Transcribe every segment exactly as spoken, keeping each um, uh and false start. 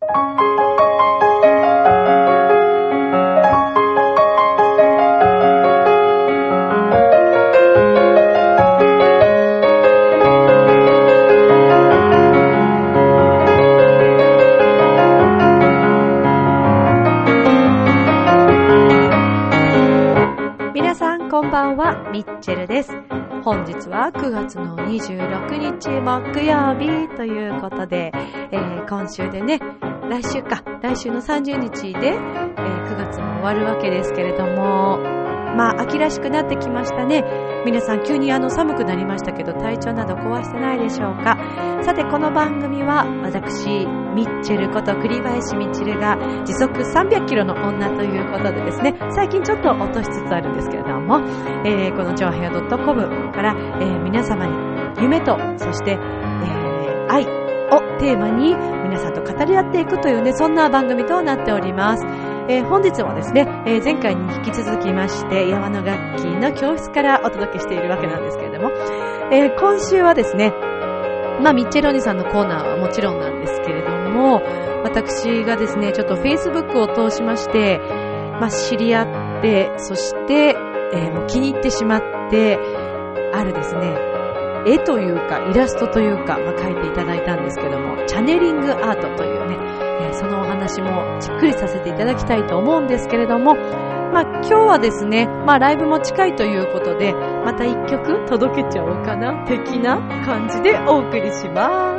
こんばんは、ミッチェルです。本日はくがつのにじゅうろくにち木曜日ということで、えー、今週でね、来週か、来週のさんじゅうにちで、えー、くがつも終わるわけですけれども、まあ秋らしくなってきましたね。皆さん急にあの寒くなりましたけど、体調など壊してないでしょうか。さて、この番組は私ミッチェルこと栗林ミッチェルが時速さんびゃくキロの女ということでですね、最近ちょっと落としつつあるんですけれども、えー、このチョアヘア .com から、えー、皆様に夢とそして、えー、愛をテーマに皆さんと語り合っていくというね、そんな番組となっております。えー、本日はですね、えー、前回に引き続きまして山の楽器の教室からお届けしているわけなんですけれども、えー、今週はですね、まあミッチェルお兄さんのコーナーはもちろんなんですけれども、私がですねちょっと Facebook を通しまして、まあ知り合って、そして、えー、もう気に入ってしまってあるですね、絵というかイラストというか、まあ、描いていただいたんですけども、チャネリングアートというね、えー、そのお話もじっくりさせていただきたいと思うんですけれども、まあ今日はですね、まあライブも近いということで、また一曲届けちゃおうかな的な感じでお送りします。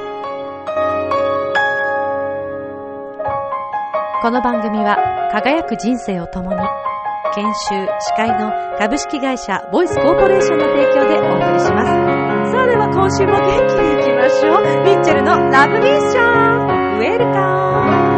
この番組は輝く人生を共に、研修司会の株式会社ボイスコーポレーションの提供でお送りします。さあでは今週も元気にいきましょう。ミッチェルのラブミッション、ウェルカム。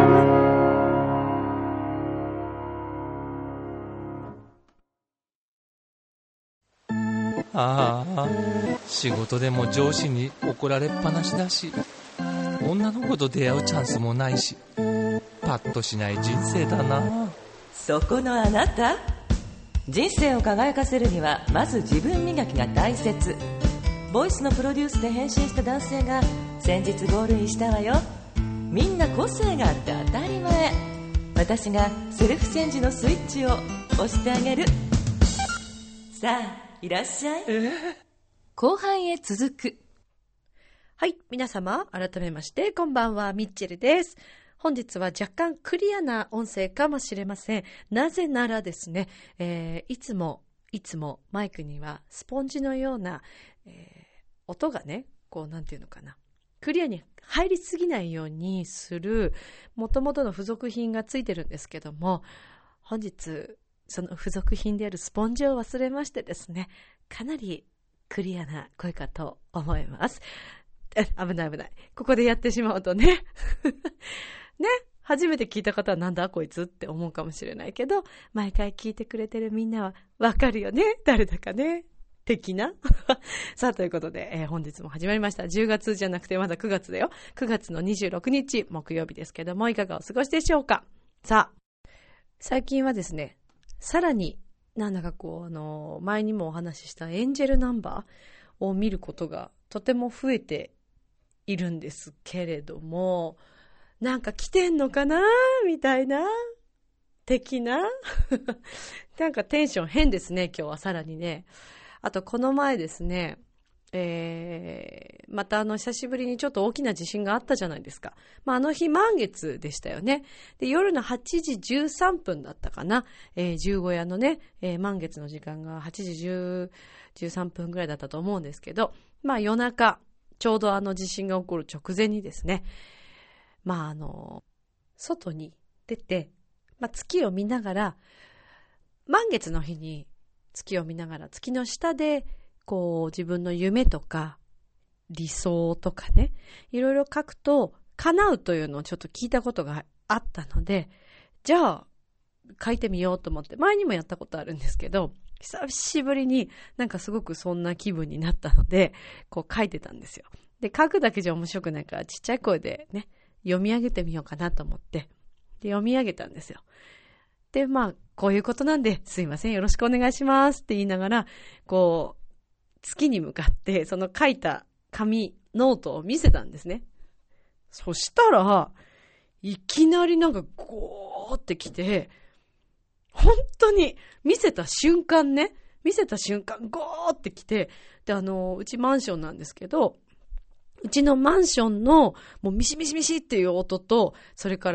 ああ、仕事でも上司に怒られっぱなしだし、女の子と出会うチャンスもないし、パッとしない人生だな。 そこのあなた、人生を輝かせるにはまず自分磨きが大切。ボイスのプロデュースで変身した男性が先日ゴールインしたわよ。みんな個性があって当たり前。私がセルフチェンジのスイッチを押してあげる。さあいらっしゃい。後半へ続く。 はい、皆様改めましてこんばんは、ミッチェルです。本日は若干クリアな音声かもしれません。なぜならですね、えー、いつもいつもマイクにはスポンジのような、えー、音がね、こうなんていうのかな、クリアに入りすぎないようにする元々の付属品がついてるんですけども、本日その付属品であるスポンジを忘れましてですね、かなりクリアな声かと思います。危ない危ない。ここでやってしまうとね。ね。初めて聞いた方はなんだこいつって思うかもしれないけど、毎回聞いてくれてるみんなはわかるよね。誰だかね。的な。さあ、ということで、えー、本日も始まりました。じゅうがつじゃなくてまだくがつだよ。くがつのにじゅうろくにち木曜日ですけども、いかがお過ごしでしょうか。さあ、最近はですね、さらになんだかこう、あの、前にもお話ししたエンジェルナンバーを見ることがとても増えているんですけれども、なんか来てんのかなみたいな的ななんかテンション変ですね、今日はさらにね。あとこの前ですね、えー、またあの久しぶりにちょっと大きな地震があったじゃないですか。まああの日満月でしたよね。で夜のはちじじゅうさんぷんだったかな。えー、十五夜のね、えー、満月の時間がはちじじゅうさんぷんぐらいだったと思うんですけど、まあ夜中ちょうどあの地震が起こる直前にですね、まああの外に出て、まあ、月を見ながら、満月の日に月を見ながら月の下でこう自分の夢とか理想とかね、いろいろ書くと叶うというのをちょっと聞いたことがあったので、じゃあ書いてみようと思って、前にもやったことあるんですけど、久しぶりになんかすごくそんな気分になったので、こう書いてたんですよ。で、書くだけじゃ面白くないからちっちゃい声でね、読み上げてみようかなと思って、で読み上げたんですよ。で、まあこういうことなんで、すいません、よろしくお願いしますって言いながら、こう月に向かってその書いた紙ノートを見せたんですね。そしたらいきなりなんかゴーってきて、本当に見せた瞬間ね、見せた瞬間ゴーってきて、で、あの、うちマンションなんですけど、うちのマンションのもうミシミシミシっていう音と、それから、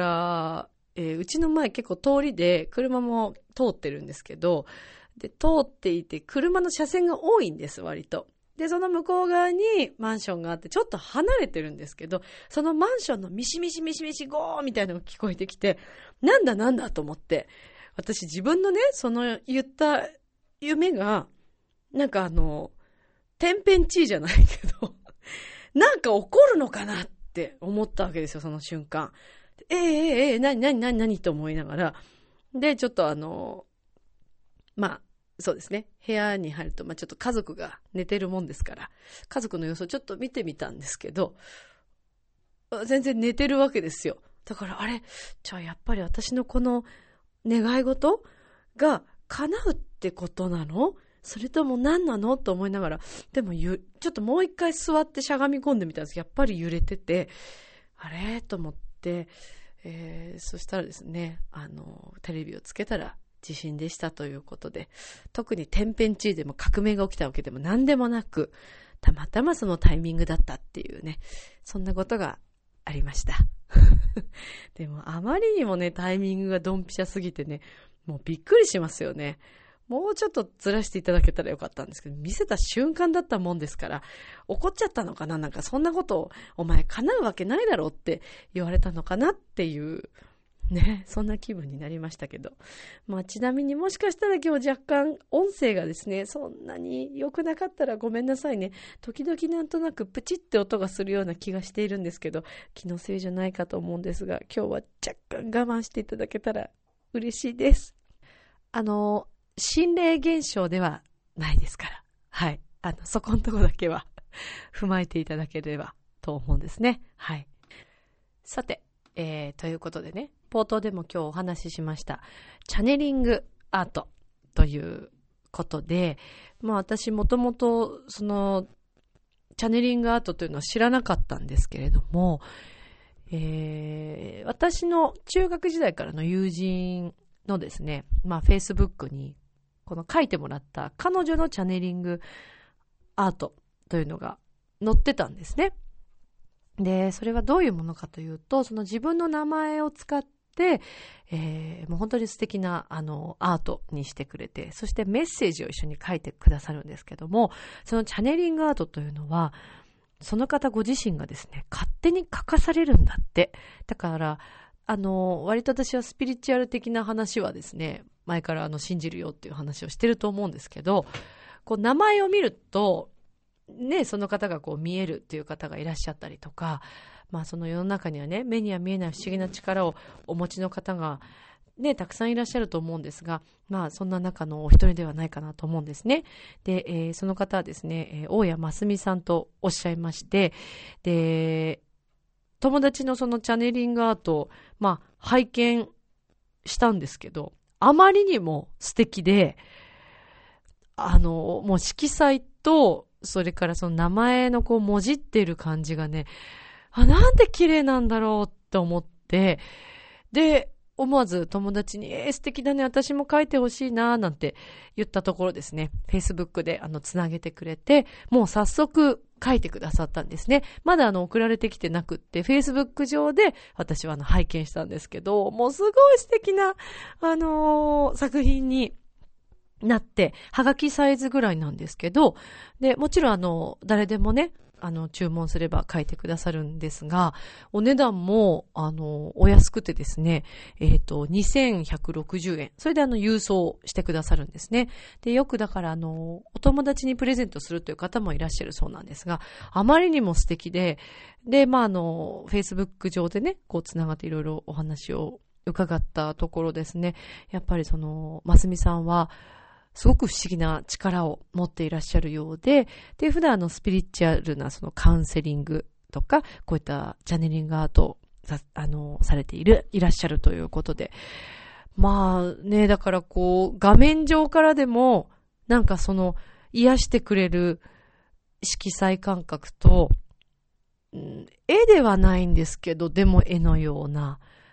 えー、うちの前結構通りで車も通ってるんですけど、で、通っていて車の車線が多いんです、割と。で、その向こう側にマンションがあって、ちょっと離れてるんですけど、そのマンションのミシミシミシミシゴーみたいなのが聞こえてきて、なんだなんだと思って、私自分のね、その言った夢が、なんかあの、天変地異じゃないけど、なんか起こるのかなって思ったわけですよ、その瞬間。えー、えー、えー、なになになになにと思いながら。で、ちょっとあの、まあ、そうですね。部屋に入ると、まあちょっと家族が寝てるもんですから、家族の様子をちょっと見てみたんですけど、全然寝てるわけですよ。だから、あれ、じゃあやっぱり私のこの願い事が叶うってことなの？それとも何なのと思いながら、でもゆ、ちょっともう一回座ってしゃがみ込んでみたんですけど、やっぱり揺れてて、あれと思って、えー、そしたらですね、あの、テレビをつけたら地震でしたということで、特に天変地異でも革命が起きたわけでも何でもなく、たまたまそのタイミングだったっていうね、そんなことがありました。でもあまりにもね、タイミングがドンピシャすぎてね、もうびっくりしますよね。もうちょっとずらしていただけたらよかったんですけど、見せた瞬間だったもんですから、怒っちゃったのかな、なんかそんなことをお前叶うわけないだろうって言われたのかなっていうね、そんな気分になりましたけど、まあちなみにもしかしたら今日若干音声がですね、そんなに良くなかったらごめんなさいね。時々なんとなくプチって音がするような気がしているんですけど、気のせいじゃないかと思うんですが、今日は若干我慢していただけたら嬉しいです。あの心霊現象ではないですから。はい。あの、そこのとこだけは踏まえていただければと思うんですね。はい。さて、えー、ということでね、冒頭でも今日お話ししました、チャネリングアートということで、まあ私もともとその、チャネリングアートというのは知らなかったんですけれども、えー、私の中学時代からの友人のですね、まあ Facebook にこの書いてもらった彼女のチャネリングアートというのが載ってたんですね。で、それはどういうものかというと、その自分の名前を使って、えー、もう本当に素敵なあのアートにしてくれて、そしてメッセージを一緒に書いてくださるんですけども、そのチャネリングアートというのは、その方ご自身がですね、勝手に書かされるんだって。だから、あの、割と私はスピリチュアル的な話はですね、前からあの信じるよっていう話をしてると思うんですけど、こう名前を見ると、ね、その方がこう見えるっていう方がいらっしゃったりとか、まあその世の中にはね、目には見えない不思議な力をお持ちの方がね、たくさんいらっしゃると思うんですが、まあそんな中のお一人ではないかなと思うんですね。で、えー、その方はですね、えー、大谷真澄さんとおっしゃいまして、で、友達のそのチャネリングアートを、まあ拝見したんですけど、あまりにも素敵で、あの、もう色彩と、それからその名前のこう、もじっている感じがね、あ、なんて綺麗なんだろうって思って、で、思わず友達に、えー、素敵だね、私も書いてほしいな、なんて言ったところですね、Facebook であの、つなげてくれて、もう早速書いてくださったんですね。まだあの、送られてきてなくって、Facebook 上で私はあの、拝見したんですけど、もうすごい素敵な、あのー、作品に、なって、はがきサイズぐらいなんですけど、で、もちろんあの、誰でもね、あの、注文すれば書いてくださるんですが、お値段も、あの、お安くてですね、えっと、にせんひゃくろくじゅうえん。それであの、郵送してくださるんですね。で、よくだからあの、お友達にプレゼントするという方もいらっしゃるそうなんですが、あまりにも素敵で、で、まああの、Facebook 上でね、こう、つながっていろいろお話を伺ったところですね、やっぱりその、ますみさんは、すごく不思議な力を持っていらっしゃるようで、で、普段のスピリチュアルなそのカウンセリングとか、こういったチャネリングアートをさ、あの、されている、いらっしゃるということで。まあね、だからこう、画面上からでも、なんかその、癒してくれる色彩感覚と、うん、絵ではないんですけど、でも絵のような、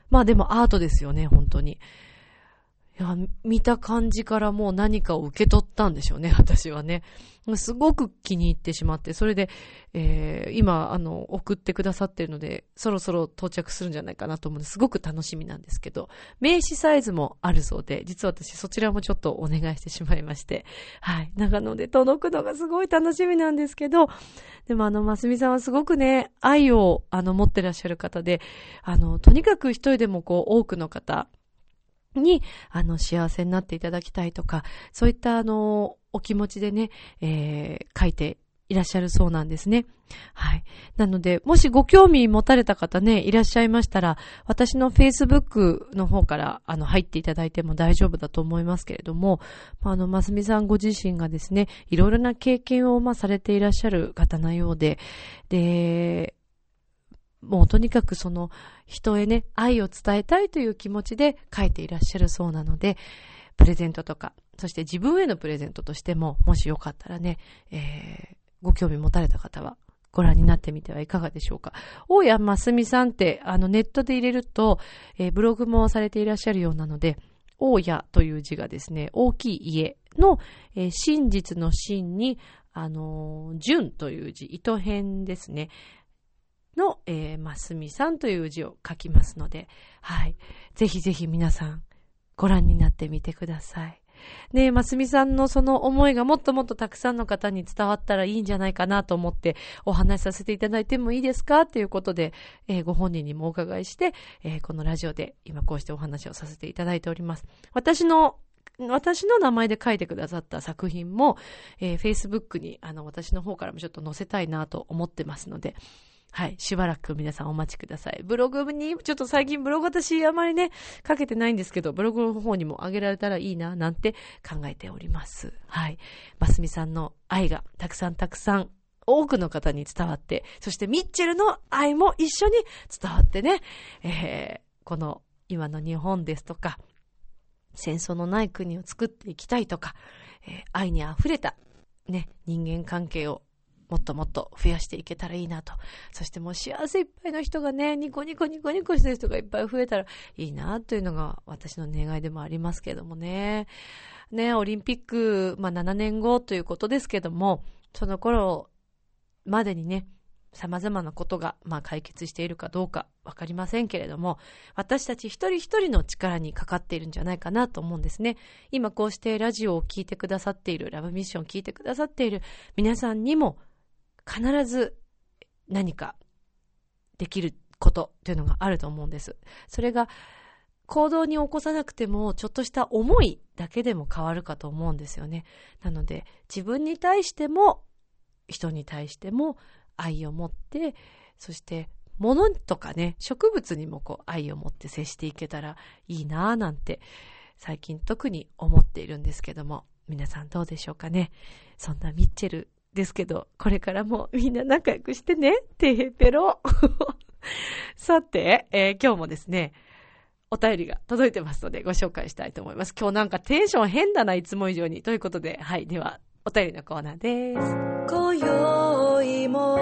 まあでもアートですよね、本当に。いや、見た感じからもう何かを受け取ったんでしょうね、私はね。すごく気に入ってしまって、それで、えー、今、あの、送ってくださってるので、そろそろ到着するんじゃないかなと思うので、すごく楽しみなんですけど、名刺サイズもあるそうで、実は私そちらもちょっとお願いしてしまいまして、はい。長野で届くのがすごい楽しみなんですけど、でもあの、ますみさんはすごくね、愛を、あの、持ってらっしゃる方で、あの、とにかく一人でもこう、多くの方、に、あの、幸せになっていただきたいとか、そういったあの、お気持ちでね、えー、書いていらっしゃるそうなんですね。はい。なので、もしご興味持たれた方ね、いらっしゃいましたら、私の Facebook の方から、あの、入っていただいても大丈夫だと思いますけれども、あの、ますみさんご自身がですね、いろいろな経験を、まあ、されていらっしゃる方なようで、で、もうとにかくその人へね、愛を伝えたいという気持ちで書いていらっしゃるそうなので、プレゼントとか、そして自分へのプレゼントとしても、もしよかったらね、えー、ご興味持たれた方はご覧になってみてはいかがでしょうか。大谷ますみさんって、あのネットで入れると、えー、ブログもされていらっしゃるようなので、大谷という字がですね、大きい家の、えー、真実の真に、あのー、純という字、糸辺ですね。の、えー、ますみさんという字を書きますので、はい。ぜひぜひ皆さん、ご覧になってみてください。ねえ、ますみさんのその思いがもっともっとたくさんの方に伝わったらいいんじゃないかなと思ってお話しさせていただいてもいいですかということで、えー、ご本人にもお伺いして、えー、このラジオで今こうしてお話をさせていただいております。私の私の名前で書いてくださった作品も、えー、Facebook にあの私の方からもちょっと載せたいなと思ってますので、はい。しばらく皆さんお待ちください。ブログに、ちょっと最近ブログ私あまりね、書けてないんですけど、ブログの方にも上げられたらいいな、なんて考えております。はい。ますみさんの愛がたくさんたくさん多くの方に伝わって、そしてミッチェルの愛も一緒に伝わってね、えー、この今の日本ですとか、戦争のない国を作っていきたいとか、えー、愛にあふれたね、人間関係をもっともっと増やしていけたらいいなと。そしてもう幸せいっぱいの人がね、ニコニコニコニコしてる人がいっぱい増えたらいいなというのが私の願いでもありますけどもね。ね、オリンピック、まあななねんごということですけども、その頃までにね、様々なことが、まあ、解決しているかどうかわかりませんけれども、私たち一人一人の力にかかっているんじゃないかなと思うんですね。今こうしてラジオを聞いてくださっている、ラブミッションを聞いてくださっている皆さんにも必ず何かできることというのがあると思うんです。それが行動に起こさなくてもちょっとした思いだけでも変わるかと思うんですよね。なので自分に対しても人に対しても愛を持って、そして物とかね、植物にもこう愛を持って接していけたらいいなぁなんて最近特に思っているんですけども、皆さんどうでしょうかね。そんなミッチェルですけど、これからもみんな仲良くしてね、てへぺろ。さて、えー、今日もですね、お便りが届いてますのでご紹介したいと思います。今日なんかテンション変だな、いつも以上に。ということで、はい、ではお便りのコーナーです。今宵も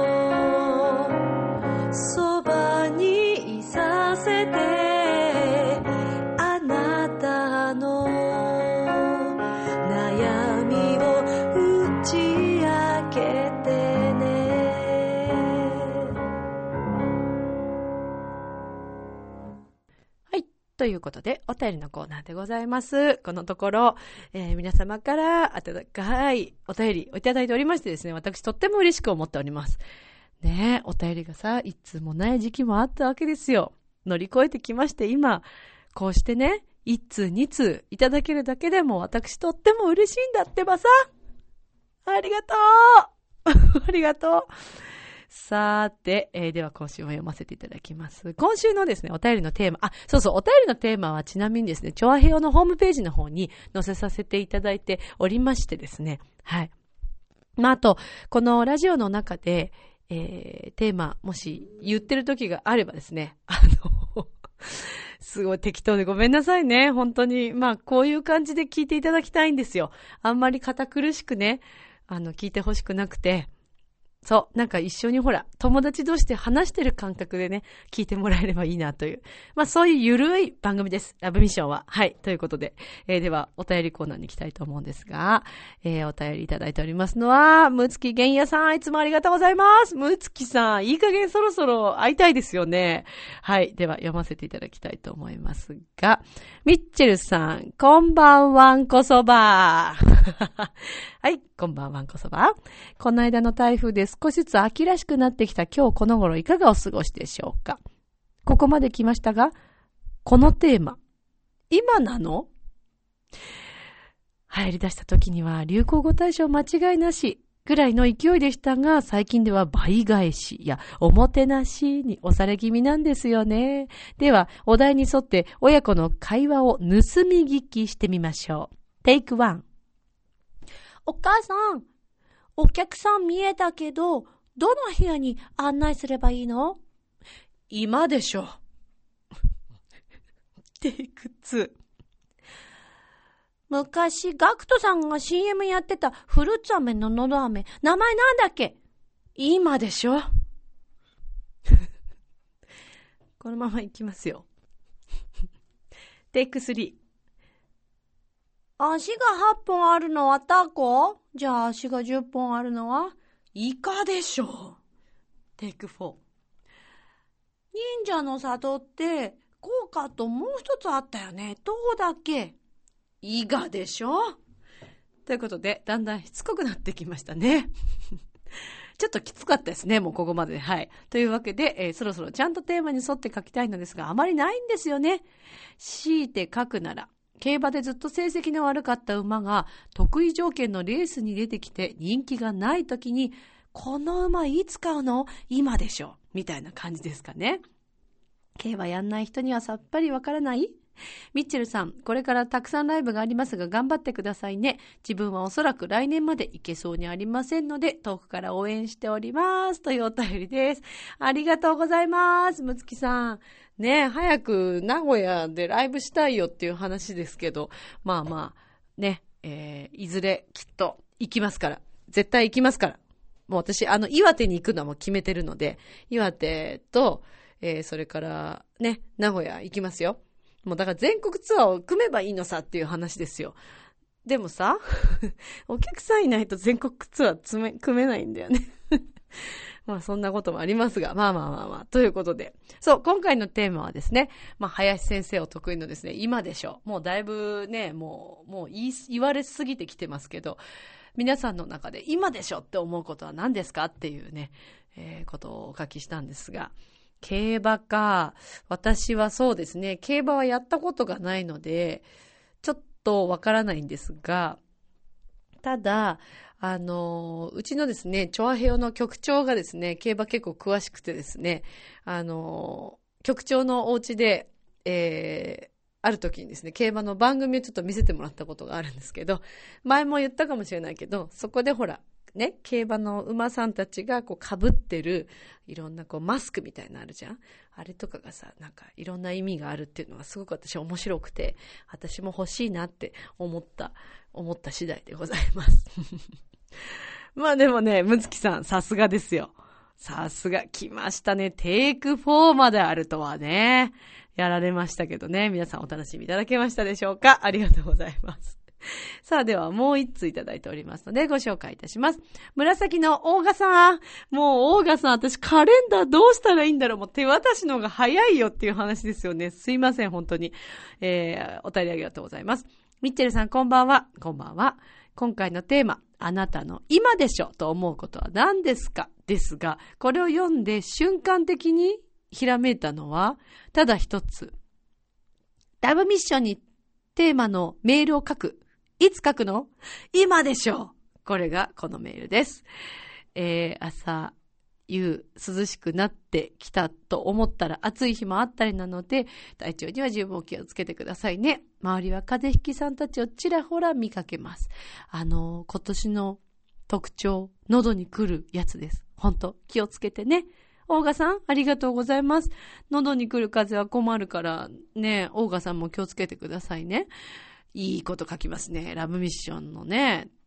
そばにいさせて、あなたの悩みを打ち明けてね。はい。ということで、お便りのコーナーでございます。このところ、えー、皆様から温かいお便りをいただいておりましてですね、私とっても嬉しく思っております。ねえ、お便りがさ、いつもない時期もあったわけですよ。乗り越えてきまして、今、こうしてね、一通二通いただけるだけでも私とっても嬉しいんだってばさ。ありがとうありがとう。さーて、えー、では今週も読ませていただきます。今週のですね、お便りのテーマ、あ、そうそう、お便りのテーマはちなみにですね、チョアヘヨのホームページの方に載せさせていただいておりましてですね、はい。まあ、あと、このラジオの中で、えー、テーマ、もし言ってる時があればですね、あの、すごい適当でごめんなさいね。本当に。まあ、こういう感じで聞いていただきたいんですよ。あんまり堅苦しくね、あの、聞いてほしくなくて、 そう、なんか一緒にほら、友達同士で話してる感覚でね、聞いてもらえればいいなという。まあそういうゆるい番組です。ラブミッションは。はい。ということで、えー、では、お便りコーナーに行きたいと思うんですが、えー、お便りいただいておりますのは、むつきげんやさん、いつもありがとうございます。むつきさん、いい加減そろそろ会いたいですよね。はい。では、読ませていただきたいと思いますが、ミッチェルさん、こんばんはんこそば。はい、こんばんはんこそば。この間の台風で少しずつ秋らしくなってきた今日この頃いかがお過ごしでしょうか。ここまで来ましたが、このテーマ、今なの？流行り出した時には流行語大賞間違いなしぐらいの勢いでしたが、最近では倍返しやおもてなしに押され気味なんですよね。では、お題に沿って親子の会話を盗み聞きしてみましょう。テイクワン。お母さん、お客さん見えたけど、どの部屋に案内すればいいの？今でしょ。テイクツー。昔、ガクトさんが シーエム やってたフルーツ飴ののど飴、名前なんだっけ？今でしょ。このままいきますよ。テイクスリー。足がはっぽんあるのはタコ？じゃあ足がじゅっぽんあるのはイカでしょ。テイクフォー。忍者の里って効果ともう一つあったよね。どこだっけ？イガでしょ。ということで、だんだんしつこくなってきましたね。ちょっときつかったですね、もうここまでで。はい。というわけで、えー、そろそろちゃんとテーマに沿って書きたいのですが、あまりないんですよね。強いて書くなら、競馬でずっと成績の悪かった馬が得意条件のレースに出てきて人気がないときに、この馬いつ買うの？今でしょ。みたいな感じですかね。競馬やんない人にはさっぱりわからない？ミッチェルさん、これからたくさんライブがありますが頑張ってくださいね。自分はおそらく来年まで行けそうにありませんので、遠くから応援しております。というお便りです。ありがとうございます。むつきさん。ねえ、早く名古屋でライブしたいよっていう話ですけど、まあまあ、ね、えー、いずれきっと行きますから。絶対行きますから。もう私、あの、岩手に行くのはもう決めてるので、岩手と、えー、それから、ね、名古屋行きますよ。もうだから全国ツアーを組めばいいのさっていう話ですよ。でもさ、お客さんいないと全国ツアーつめ組めないんだよね。まあそんなこともありますが、まあまあまあまあ、ということで。そう、今回のテーマはですね、まあ林先生お得意のですね、今でしょ。もうだいぶね、もう、もう言い、言われすぎてきてますけど、皆さんの中で今でしょって思うことは何ですかっていうね、えー、ことをお書きしたんですが、競馬か。私はそうですね。競馬はやったことがないので、ちょっとわからないんですが、ただ、あの、うちのですね、チョアヘヨの局長がですね、競馬結構詳しくてですね、あの、局長のお家で、えー、ある時にですね、競馬の番組をちょっと見せてもらったことがあるんですけど、前も言ったかもしれないけど、そこでほら、ね、競馬の馬さんたちがこう被ってるいろんなこうマスクみたいなのあるじゃん。あれとかがさ、なんかいろんな意味があるっていうのがすごく私面白くて、私も欲しいなって思った思った次第でございます。まあでもね、むつきさんさすがですよ。さすが来ましたね。テイクフォーまであるとはね、やられましたけどね。皆さんお楽しみいただけましたでしょうか？ありがとうございます。さあではもう一通いただいておりますのでご紹介いたします。紫のオーガさん。もうオーガさん、私カレンダーどうしたらいいんだろう。もう手渡しの方が早いよっていう話ですよね。すいません、本当に。えー、お便りありがとうございます。ミッチェルさんこんばんは。こんばんは。今回のテーマ、あなたの今でしょと思うことは何ですかですが、これを読んで瞬間的にひらめいたのは、ただ一つ。ラブミッションにテーマのメールを書く。いつ書くの？今でしょ。これがこのメールです。えー、朝、夕、涼しくなってきたと思ったら暑い日もあったりなので、体調には十分お気をつけてくださいね。周りは風邪ひきさんたちをちらほら見かけます。あの、今年の特徴、喉に来るやつです。本当気をつけてね。オーガさん、ありがとうございます。喉に来る風邪は困るからね、オーガさんも気をつけてくださいね。いいこと書きますね。ラブミッションのね、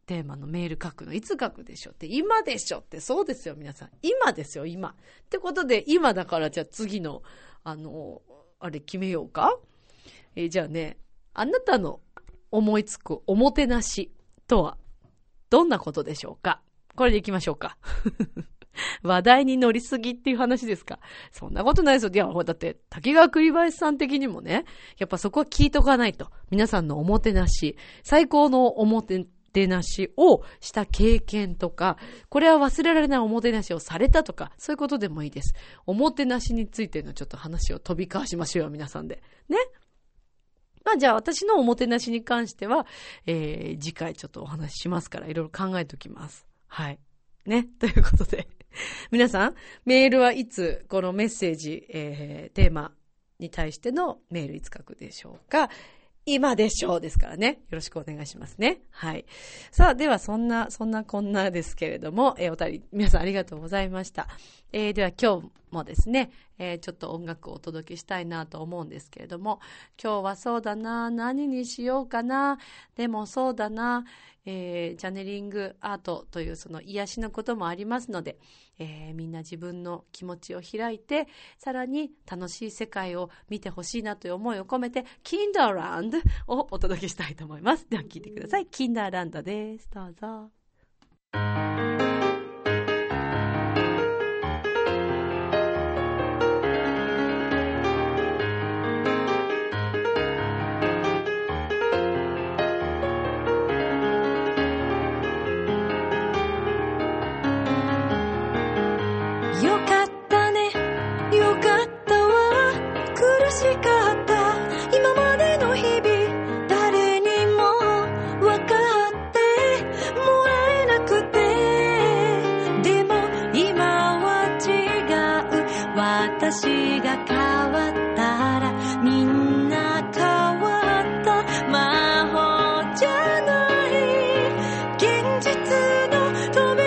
テーマのメール書くのいつ書くでしょって、今でしょって、そうですよ皆さん、今ですよ今ってことで、今だからじゃあ次のあのあれ決めようか。えー、じゃあね、あなたの思いつくおもてなしとはどんなことでしょうか。これでいきましょうか。話題に乗りすぎっていう話ですか。そんなことないですよ。いや、だって滝川栗林さん的にもね、やっぱそこは聞いとかないと。皆さんのおもてなし、最高のおもてなしをした経験とか、これは忘れられないおもてなしをされたとか、そういうことでもいいです。おもてなしについてのちょっと話を飛び交わしましょうよ、皆さんで。ね。まあじゃあ私のおもてなしに関しては、えー、次回ちょっとお話ししますから、いろいろ考えておきます。はい。ね。ということで。皆さん、メールはいつ、このメッセージ、えー、テーマに対してのメールいつ書くでしょうか。今でしょうですからね。よろしくお願いしますね。はい。さあ、ではそんな、そんなこんなですけれども、えー、おたり、皆さんありがとうございました。えー、では今日もですね、えー、ちょっと音楽をお届けしたいなと思うんですけれども、今日はそうだな、何にしようかな、でもそうだな、えー、チャネリングアートというその癒しのこともありますので、えー、みんな自分の気持ちを開いて、さらに楽しい世界を見てほしいなという思いを込めて、キンダーランドをお届けしたいと思います。では聞いてください。キンダーランドです。どうぞ。 よかったね、よかったわ、苦しかった今までの日々、誰にも分かってもらえなくて、でも今は違う、私が変わったらみんな変わった、魔法じゃない現実の扉、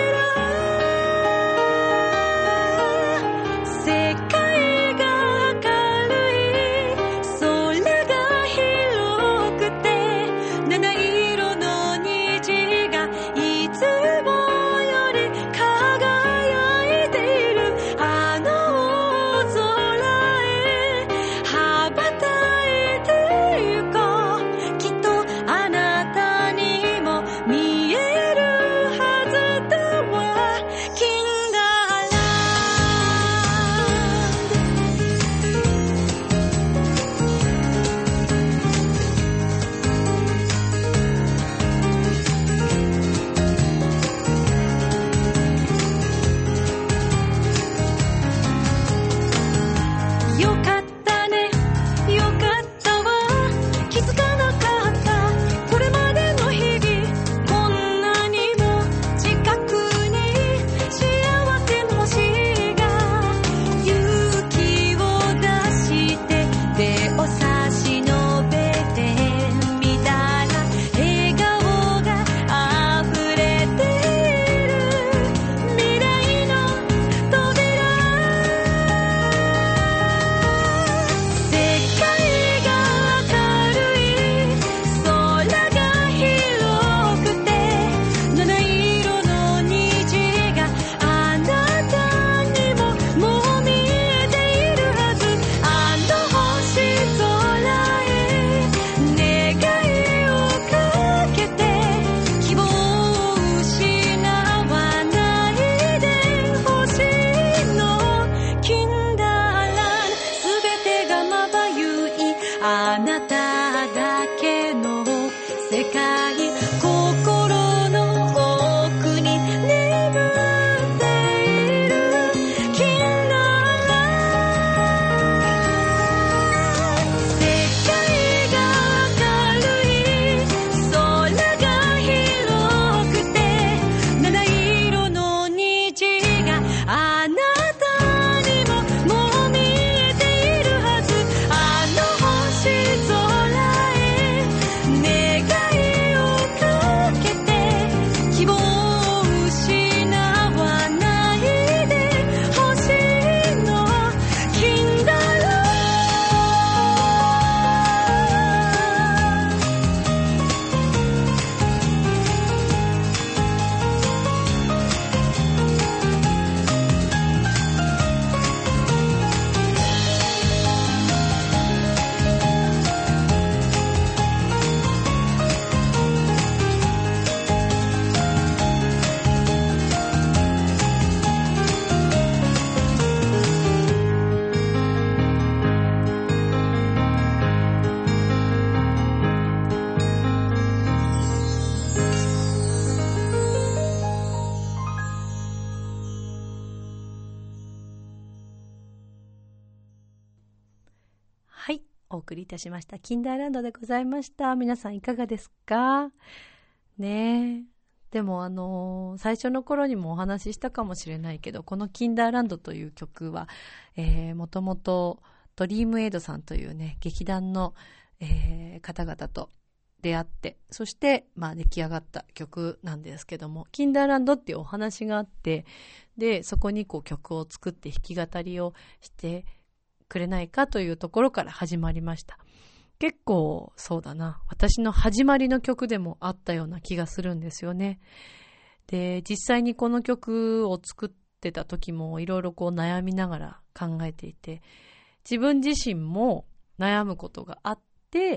お送りいたしましたキンダーランドでございました。皆さんいかがですかねえ。でもあのー、最初の頃にもお話ししたかもしれないけど、このキンダーランドという曲は、えー、もともとドリームエイドさんというね、劇団の、えー、方々と出会って、そして、まあ出来上がった曲なんですけども、キンダーランドっていうお話があって、で、そこにこう曲を作って弾き語りをしてくれないかというところから始まりました。結構そうだな、私の始まりの曲でもあったような気がするんですよね。で、実際にこの曲を作ってた時もいろいろこう悩みながら考えていて、自分自身も悩むことがあって、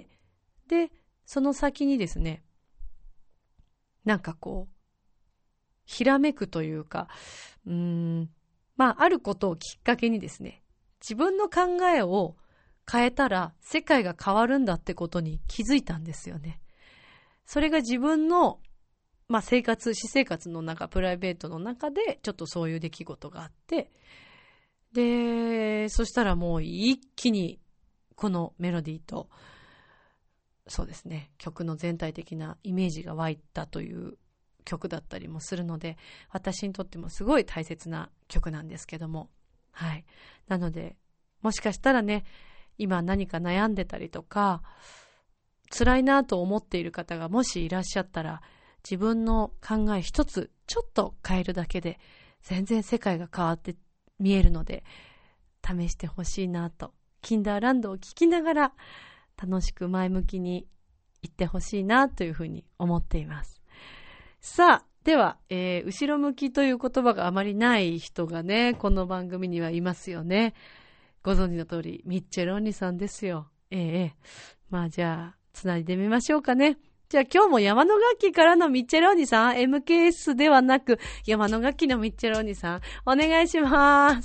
で、その先にですね、なんかこう、ひらめくというか、うーん、まあ、あることをきっかけにですね、自分の考えを変えたら世界が変わるんだってことに気づいたんですよね。それが自分の、まあ、生活、私生活の中、プライベートの中でちょっとそういう出来事があって、で、そしたらもう一気にこのメロディーと、そうですね、曲の全体的なイメージが湧いたという曲だったりもするので、私にとってもすごい大切な曲なんですけども、はい。なので、もしかしたらね、今何か悩んでたりとか、辛いなと思っている方がもしいらっしゃったら、自分の考え一つちょっと変えるだけで、全然世界が変わって見えるので、試してほしいなと、キンダーランドを聴きながら、楽しく前向きに行ってほしいなというふうに思っています。さあ、では、えー、後ろ向きという言葉があまりない人がね、この番組にはいますよね。ご存知の通り、ミッチェローニさんですよ。ええええ。まあじゃあ、つないでみましょうかね。じゃあ今日も山野楽器からのミッチェローニさん、エムケーエス ではなく、山野楽器のミッチェローニさん、お願いします。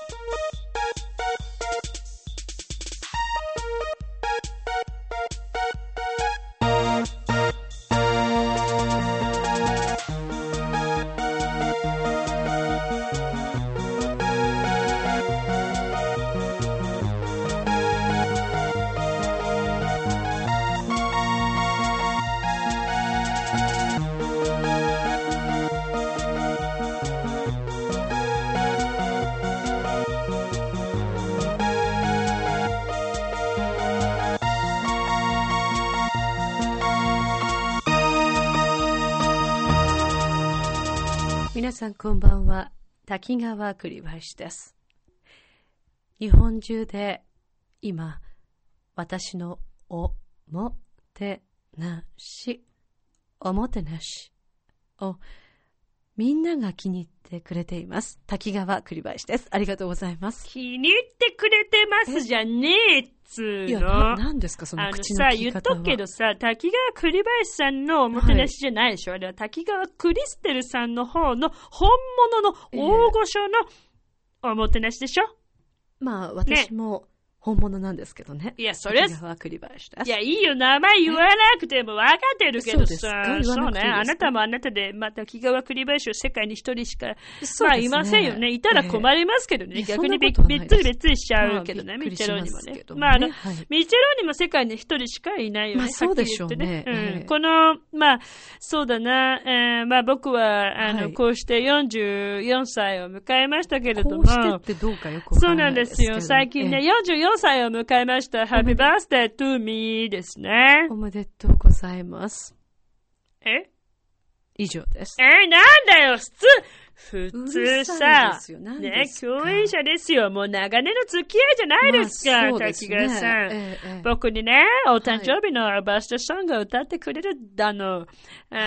皆さんこんばんは。滝川栗林です。日本中で今私のおもてなしおもてなしをみんなが気に入ってくれています。滝川栗林です。ありがとうございます。 気に入ってくれてますじゃねえっつーの。 いや、な、なんですかその口の聞き方は。 あのさ、言っとくけどさ、滝川栗林さんのおもてなしじゃないでしょ、はい、あれは滝川クリステルさんの方の本物の大御所のおもてなしでしょ、えー、 まあ私も、ね、本物なんですけどね。 いや、それは。 滝川栗林です。 いや、いいよ、名前言わなくても分かってるけどさ。そうね。あなたもあなたで、また滝川栗林を世界に一人しか、ね、まあいませんよね。いたら困りますけどね。えー、逆にべっつりべっつりしちゃうけどね、まあ、ミッチェローニもね。まああの、はい、ミッチェローニも世界に一人しかいないよね。 まあそうでしょうね。 うんえー、この、まあ、そうだな、えー、まあ僕は、あの、はい、こうしてよんじゅうよんさいを迎えましたけれども。こうしてってどうかよくわからないですけど。 そうなんですよ。最近ね、えー、よんじゅうよんさいを迎えました。Happy birthday to me ですね。 おめでとうございます。 え以上です。 えー、なんだよ、普通、普通さ、ね、共演者ですよ。もう長年の付き合いじゃないですか、まあ、滝川さん、えーえー。僕にね、お誕生日のバースデーソングを歌ってくれるだの、はい、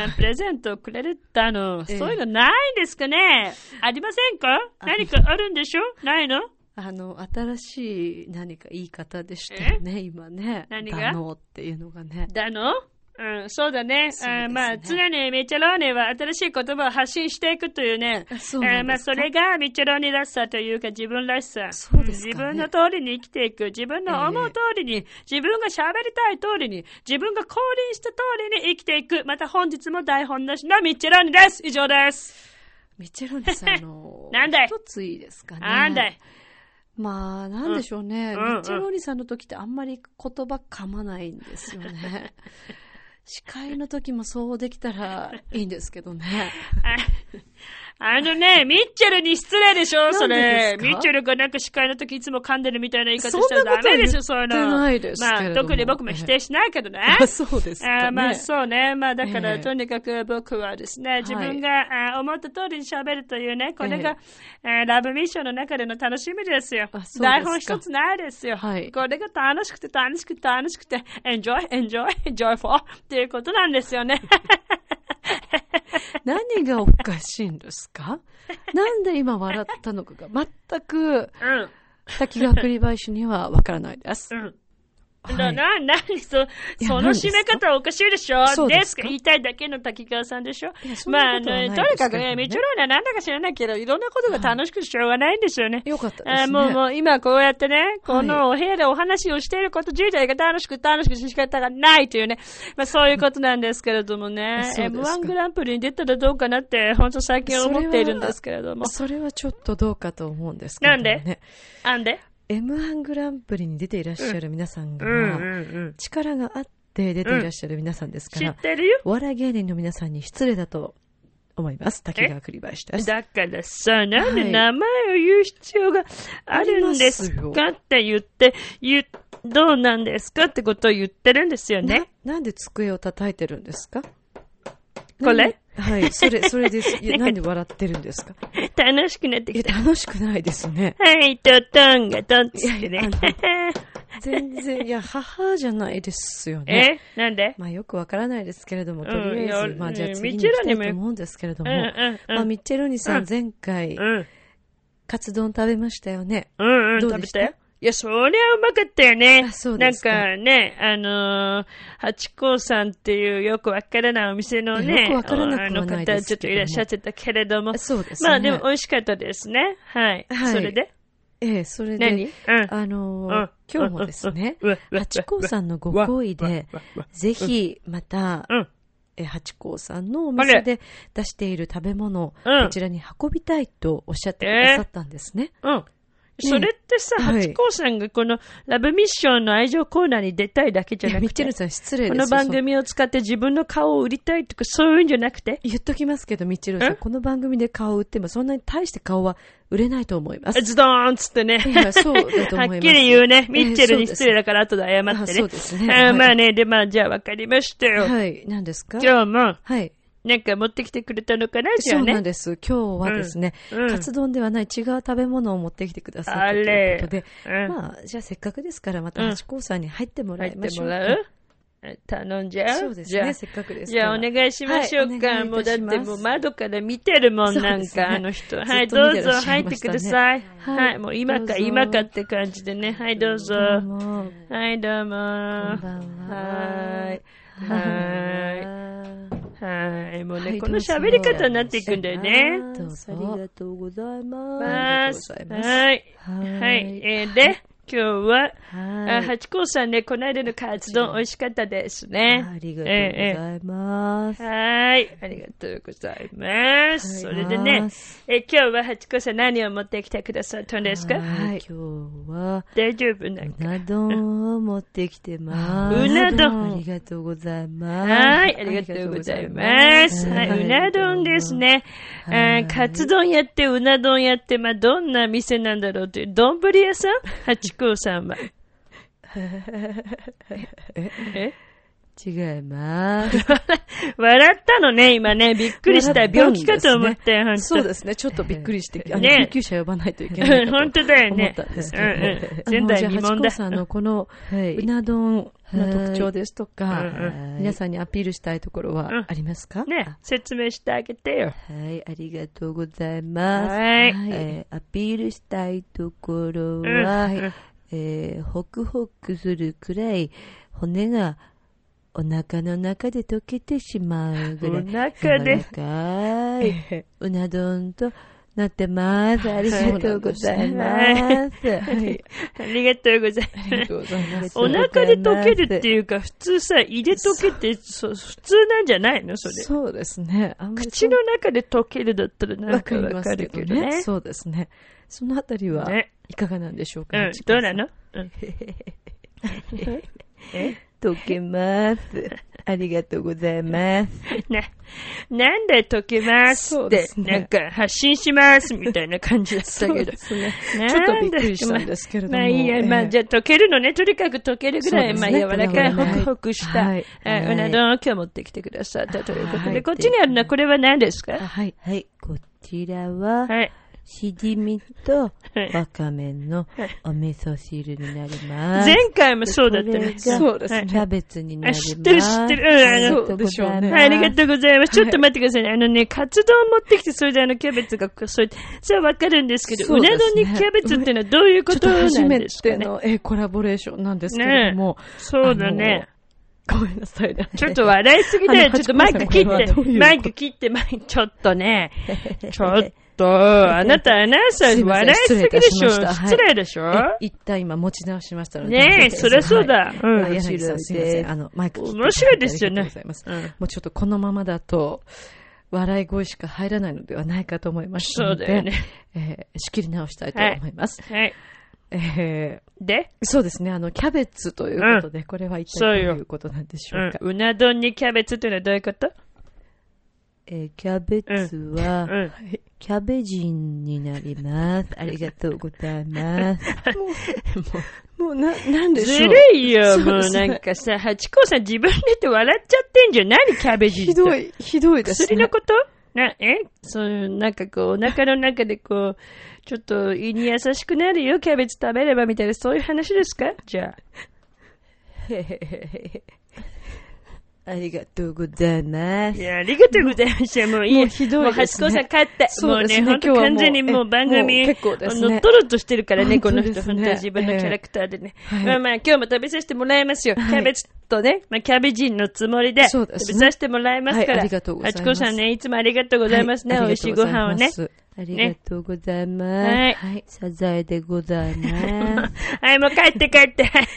プレゼントをくれるだの、えー、そういうのないんですかね。ありませんか？何かあるんでしょ？ないの？ あの、新しい何か言い方でしたよね、今ね。 何が？ だのっていうのがね。 だの？うん、そうだね。そうですね。あまあ、常にミッチェローニは新しい言葉を発信していくというね。 そうなんですか？ まあ、それがミッチェローニらしさというか自分らしさ。 そうですかね。 自分の通りに生きていく。自分の思う通りに、えー、自分が喋りたい通りに、自分が降臨した通りに生きていく。また本日も台本なしのミッチェローニです。以上です。 ミッチェローニさんの、 なんだい？ 一ついいですかね。 なんだい？ まあ、なんでしょうね。 うんうんミッチェルお兄さんの時ってあんまり言葉噛まないんですよね。司会の時もそうできたらいいんですけどね。 あのね、ミッチェルに失礼でしょ、そなんででれ。 すかミッチェルがなんか司会の時いつも噛んでるみたいな言い方したらダメですよ、そういうの。 そんなことは言ってないですけれどもまあ、特に僕も否定しないけどね。 あ、そうですかね。 あまあそうね。まあだから、 ええとにかく僕はですね、自分が、あ思った通りに喋るというね、これが、えーラブミッションの中での楽しみですよ。 あそうですか台本一つないですよ。 はいこれが楽しくて楽しくて楽しくて、enjoy, enjoy, joyful っていうことなんですよね。 何がおかしいんですか？なんで今笑ったのかが全くうん。 滝川栗林にはわからないです。 うん。 はいな、な、なに、そ、 いやその締め方はおかしいでしょそうですかですか言いたいだけの滝川さんでしょいやそんまあなことはないね、 ですけどねとにかくね、ミッチェルはなんだか知らないけど、いろんなことが楽しくてしょうがないんですよね。 よかったですね。 あもう、もう今こうやってね、このお部屋でお話をしていること自体が楽しく楽しく仕方がないというね、まあそういうことなんですけれどもね、 そうですかエムワン グランプリに出たらどうかなって、本当最近思っているんですけれども。 それはちょっとどうかと思うんですけれどもね。 なんでなんでエムワン グランプリに出ていらっしゃる皆さんが、 うんうんうん。 力があって出ていらっしゃる皆さんですか知ら、 ってるよ。 お笑い芸人の皆さんに失礼だと思います。滝川栗林です。 だからさ、なんで名前を言う必要があるんですありますよかって言って、言う、どうなんですかってことを言ってるんですよね。 な、なんで机を叩いてるんですか？ これはい、それ、それです。いや、なんで笑ってるんですか？ 楽しくなっていや、 きた。 楽しくないですね。 はい、トトンがトンつってねいやい。全然、いや、母じゃないですよね。 えなんでまあよくわからないですけれども、とうんりあえず、 いやまあじゃあうん次にミッチェルにも行きたいと思うんですけれども、 うんうんうんまあミッチェルお兄さうんん前回、 うん。 カツ丼食べましたよね。 うんうん、 どうでした食べたよ。いや、そりゃうまかったよね。 あそうですかなんかね、あのー、八甲さんっていうよくわからないお店のね、 いやよくわからなくはあのない方ですけどもちょっといらっしゃってたけれども。 そうですね。 まあでも美味しかったですね。はい。 はいそれでええ、それ何で、 うん。 あのーうん今日もですね、 うんうんうん八甲さんのご好意で、ぜひまた、 うん。 え八甲さんのお店で出している食べ物をうんこちらに運びたいとおっしゃってくださったんですね。 うん。それってさ、 はい八甲さんがこのラブミッションの愛情コーナーに出たいだけじゃいや、 なくてミッチェル、さん失礼ですよ。 この番組を使って自分の顔を売りたいとかそういうんじゃなくて、 言っときますけど、ミッチェルさん、 えこの番組で顔を売ってもそんなに大して顔は売れないと思います。 ズドーンっつってね。 いやそうだと思いますはっきり言うね。ミッチェルに失礼だから後で謝ってね。 あそうですねあはいまあね、で、まあじゃあ分かりましたよ。 はい、何ですか？ 今日もはい。 なんか持ってきてくれたのかな、じゃそうあね。 なんです。今日はですね、 うんうんカツ丼ではない違う食べ物を持ってきてくださったということで、 うんまあ、じゃあせっかくですから、またうん八甲さんに入ってもら入っていましょうか。 もらう頼んじゃうそうですじゃあね、せっかくですじゃあおい願いしましょうか。 はいおもうだって願いいたしますもう窓から見てるもん、なんそうですねかあの人。 ずっとはい、どうぞ見てらっしゃ入っていましたねください。 はいはい、もう今かどうぞ今かって感じでね。はい、どうぞ。 どうもはい、どうも。 こんばんは。 はい。はい。はい。もうね、 はいこの喋り方になっていくんだよね。 どうぞ。 ありがとうございまます。 ありがとうございますはい。 はいはい。えーで、今日は、あ、 はい。 八甲さんね、この間のカツ丼美味しかったですね。 ありがとうございます。 はい。ありがとうございます。それでね、え今日は八甲さん何を持ってきてくださったんですか？ はい。今日は、 大丈夫なんか。 うな丼を持ってきてます。 うな丼ありがとうございます。 はい、ありがとうございます。はい、うな丼ですね。 はいあーカツ丼やって、うな丼やって、まあ、どんな店なんだろうという、丼屋さん八甲さんは。え違います。 笑ったのね、今ね。びっくりした。病気かと思ったよ、ほんと。 そうですね。ちょっとびっくりして、あのね救急車呼ばないといけないかと本当だよね思ったんですけど。 うんうんあの前代未聞だじゃあ八甲さんのこのうな丼の特徴ですとか、 はいうん皆さんにアピールしたいところはありますか？ ね、説明してあげてよ。 はい、ありがとうございます。 はいえーアピールしたいところうんは、 うんえーホクホクするくらい骨がお腹の中で溶けてしまうぐらいお腹で柔らかいうな丼となってます。ありがとうございます。はいありがとうございありがとうございまますす。お腹で溶けるっていうか、普通さ、胃で溶けて、そ普通なんじゃないのそれ。 そうですね。あんまり口の中で溶けるだったらなんかわかわかりまするけどね。 けどね。そうですね。そのあたりは、 ねいかがなんでしょうか。 うん、どうなの？うん、 え溶けます。ありがとうございます。 な、なんで溶けますって、ね、なんか発信しますみたいな感じだったけど。そうですね。 ちょっとびっくりしたんですけれども。 まあいいや、まあじゃあ溶けるのね。とにかく溶けるぐらい、まあ柔らかいホクホクした、はい、うな丼を今日持ってきてくださったということで、はい、こっちにあるのはこれは何ですか？ はい。はい。こちらは、はい。しじみとわかめのお味噌汁になります。 前回もそうだったね。 そうですね。キャベツになります。 知ってる知ってる。うん、あの、そうでしょうね。ありがとうございます。ちょっと待ってくださいね。あのね、カツ丼持ってきて、それであのキャベツが、そういそれはわかるんですけど、うな丼にキャベツっていうのはどういうことなんですかね。 初めてのえコラボレーションなんですけれども。 そうだね。 ごめんなさいね。 ちょっと笑いすぎだよ。ちょっとマイク切って、マイク切って、マイク、ちょっとね、ちょっと、あなたアナウンサー笑いすぎでしょ。失礼でしょ。 一旦今持ち直しましたので。 ねえ、そりゃそうだ。うん。 柳さんすいません。あの、マイク切って。 面白いですよね。 もうちょっとこのままだと、笑い声しか入らないのではないかと思いましたので。そうだよね。えー、仕切り直したいと思います。 はい。 えー、でそうですね。あの、キャベツということで、うん、これは一体どういうことなんでしょうか。 うん、うな丼にキャベツというのはどういうこと？ えー、キャベツは、うんうん、キャベジンになります。ありがとうございます。 もう、もうな、なんでしょう。 ずるいよ、もうなんかさ、ハチ公さん自分で言って笑っちゃってんじゃん。何キャベジンって。 ひどい、ひどいですね。 薬のことな、えそういう、なんかこう、お腹の中でこう、ちょっと胃に優しくなるよ、キャベツ食べればみたいな、そういう話ですか？じゃあ。 へへへへ。ありがとうございます。 いや、ありがとうございました。もういい。もうひどいですね。もう、ハチ公さん帰って。もうね、ほんと完全にもう番組、乗っ取ろうとしてるからね、この人。本当は自分のキャラクターでね。まあまあ、今日も食べさせてもらいますよ。キャベツとね、まあ、キャベジンのつもりで、食べさせてもらいますから。 ありがとうございます。 ハチ公さんね、いつもありがとうございますね。美味しいご飯をね。 ありがとうございます。はい。サザエでございます。 はい、もう帰って帰って。はい、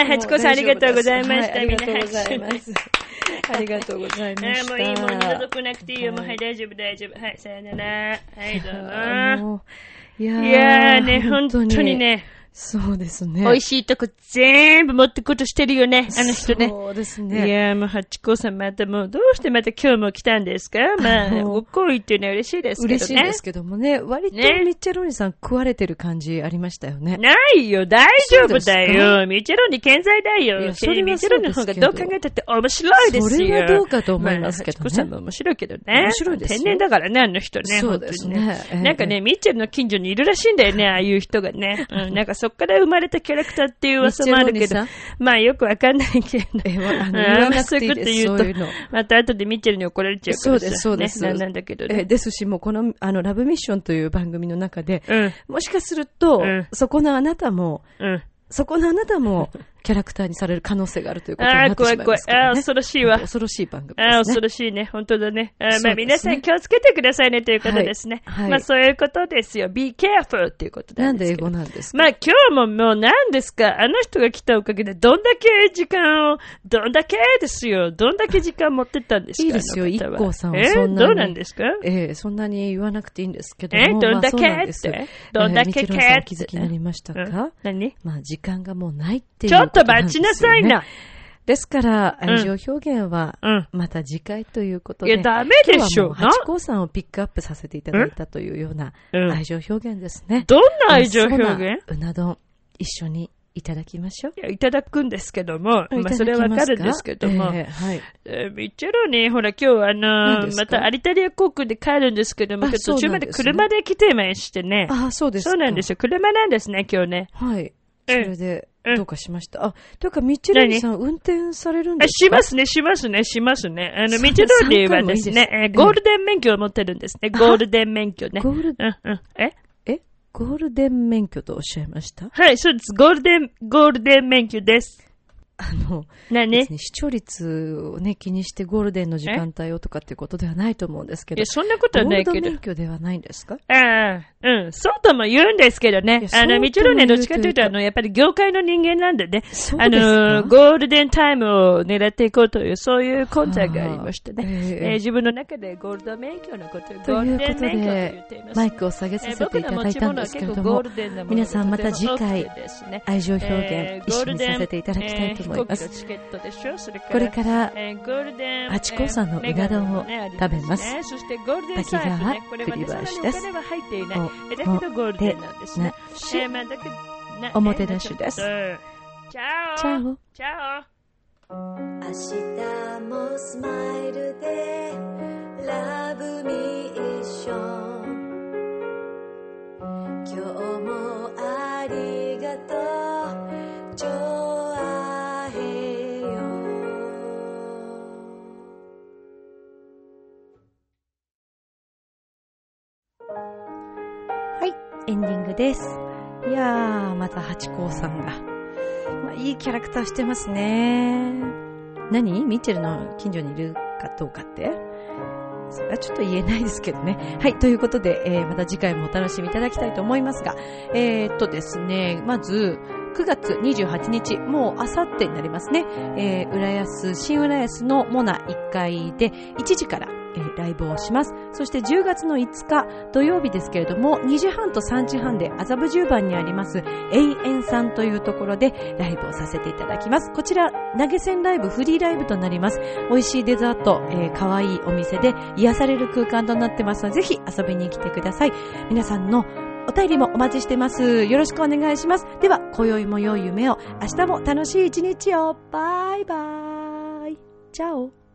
ハチ公さんありがとうございました。 みんな、ありがとうございます。ありがとうございました。 もういい、もう二度と来なくていいよ。もうはい、大丈夫、大丈夫。はい、さよなら。はい、どうも。いやー、いやーね、本当にね。 そうですね。 美味しいとこ全部持ってことしてるよね、あの人ね。 そうですね。 いやーもう、ハチ公さんまたもう、どうしてまた今日も来たんですか？まあ、ご好意っていうのは嬉しいですけどね。 嬉しいですけどもね、割とミッチェローニさん食われてる感じありましたよね。 ないよ、大丈夫だよ。ミッチェローニ健在だよ。いや、それミッチェローニの方がどう考えたって面白いですよ。 それはどうかと思いますけどね。 ハチ公さんも面白いけどね。 面白いですよ。 天然だからね、あの人ね。 そうですね。 なんかね、ミッチェルの近所にいるらしいんだよね、ああいう人がね。うん、なんかそっから生まれたキャラクターっていう噂もあるけど、まあよくわかんないけど、 えあの言わなくていいです。 そういうのまた後でミッチェルに怒られちゃうからさ。そうです、そうです。ね、なんだけどね。 えですし、もうこの、あの、ラブミッションという番組の中で、うん、もしかすると、うん、そこのあなたも、うんそこのあなたもキャラクターにされる可能性があるということになってしまいますからね。 ああ、怖い怖い。ああ、恐ろしいわ。 恐ろしい番組ですね。 ああ、恐ろしいね。本当だね。ああ、まあ皆さん気をつけてくださいねということですね。はいはい、まあそういうことですよ。be careful っていうことなんですけど。 なんで英語なんですか？ まあ今日ももう何ですか。あの人が来たおかげでどんだけ時間を、どんだけですよ。どんだけ時間持ってったんですか？ いいですよ。一行さんはそんなに。 えー、どうなんですか？ ええー、そんなに言わなくていいんですけども。 えー、どんだけ、まあ、って。どんだけけって。 えー、お気づきになりましたか？うん、 何？ まあ時間がもうないっていうことなんですよね。 ちょっと待ちなさいな。 ですから、愛情表現は、また次回ということで。 いや、ダメでしょ。 今日はもう、ハチ公さんをピックアップさせていただいたというような愛情表現ですね。 どんな愛情表現？ うな丼、一緒にいただきましょう。 いや、いただくんですけども、まあ、それはわかるんですけども、えー、はい。えー、ミッチェローニ、ほら、今日、あのー、またアリタリア航空で帰るんですけども、途中まで車で来てましてね。 あ、そうですか。 そうなんですよ。車なんですね、今日ね。 はい。それで、どうかしました。あ、というか、ミッチェローニさん、運転されるんですか？ しますね、しますね、しますね。あの、ミッチェローニはですね、えー、ゴールデン免許を持ってるんですね。ゴールデン免許ね。 ゴールデン、 うんうん、ええゴールデン免許とおっしゃいました？ はい、そうです。ゴールデン、ゴールデン免許です。 あの、 何別に視聴率をね、気にしてゴールデンの時間帯をとかっていうことではないと思うんですけど。 いや、そんなことはないけど。 ゴールド免許ではないんですか？ ああ、うん、そうとも言うんですけどね。あの、みちるね、どっちかというと、あの、やっぱり業界の人間なんでね。あの、ゴールデンタイムを狙っていこうという、そういう魂胆がありましてね。えーえー、自分の中でゴールド免許のことをゴールデン免許と言っています。 マイクを下げさせていただいたんですけれども、皆さんまた次回、愛情表現、一緒にさせていただきたいと思います。これから、八甲山のうな丼を食べます。滝川栗林です。おもてなしです。チャオ。チャオ。明日もスマイルでラブミッション。今日もありがとう。ちょあへよ。 はい、エンディングです。いやー、また八甲さんが、まあ、いいキャラクターしてますね。何？ミッチェルの近所にいるかどうかって？それはちょっと言えないですけどね。はい、ということで、えー、また次回もお楽しみいただきたいと思いますが、えー、っとですね、まずくがつにじゅうはちにち、もうあさってになりますね。えー、浦安、新浦安のモナいっかいでいちじから、えー、ライブをします。そしてじゅうがつのいつか土曜日ですけれども、にじはんとさんじはんで麻布十番にあります永遠さんというところでライブをさせていただきます。こちら投げ銭ライブ、フリーライブとなります。美味しいデザート、えー、かわいいお店で癒される空間となってますので、ぜひ遊びに来てください。皆さんのお便りもお待ちしてます。よろしくお願いします。では、今宵も良い夢を、明日も楽しい一日を。バイバイ。チャオ。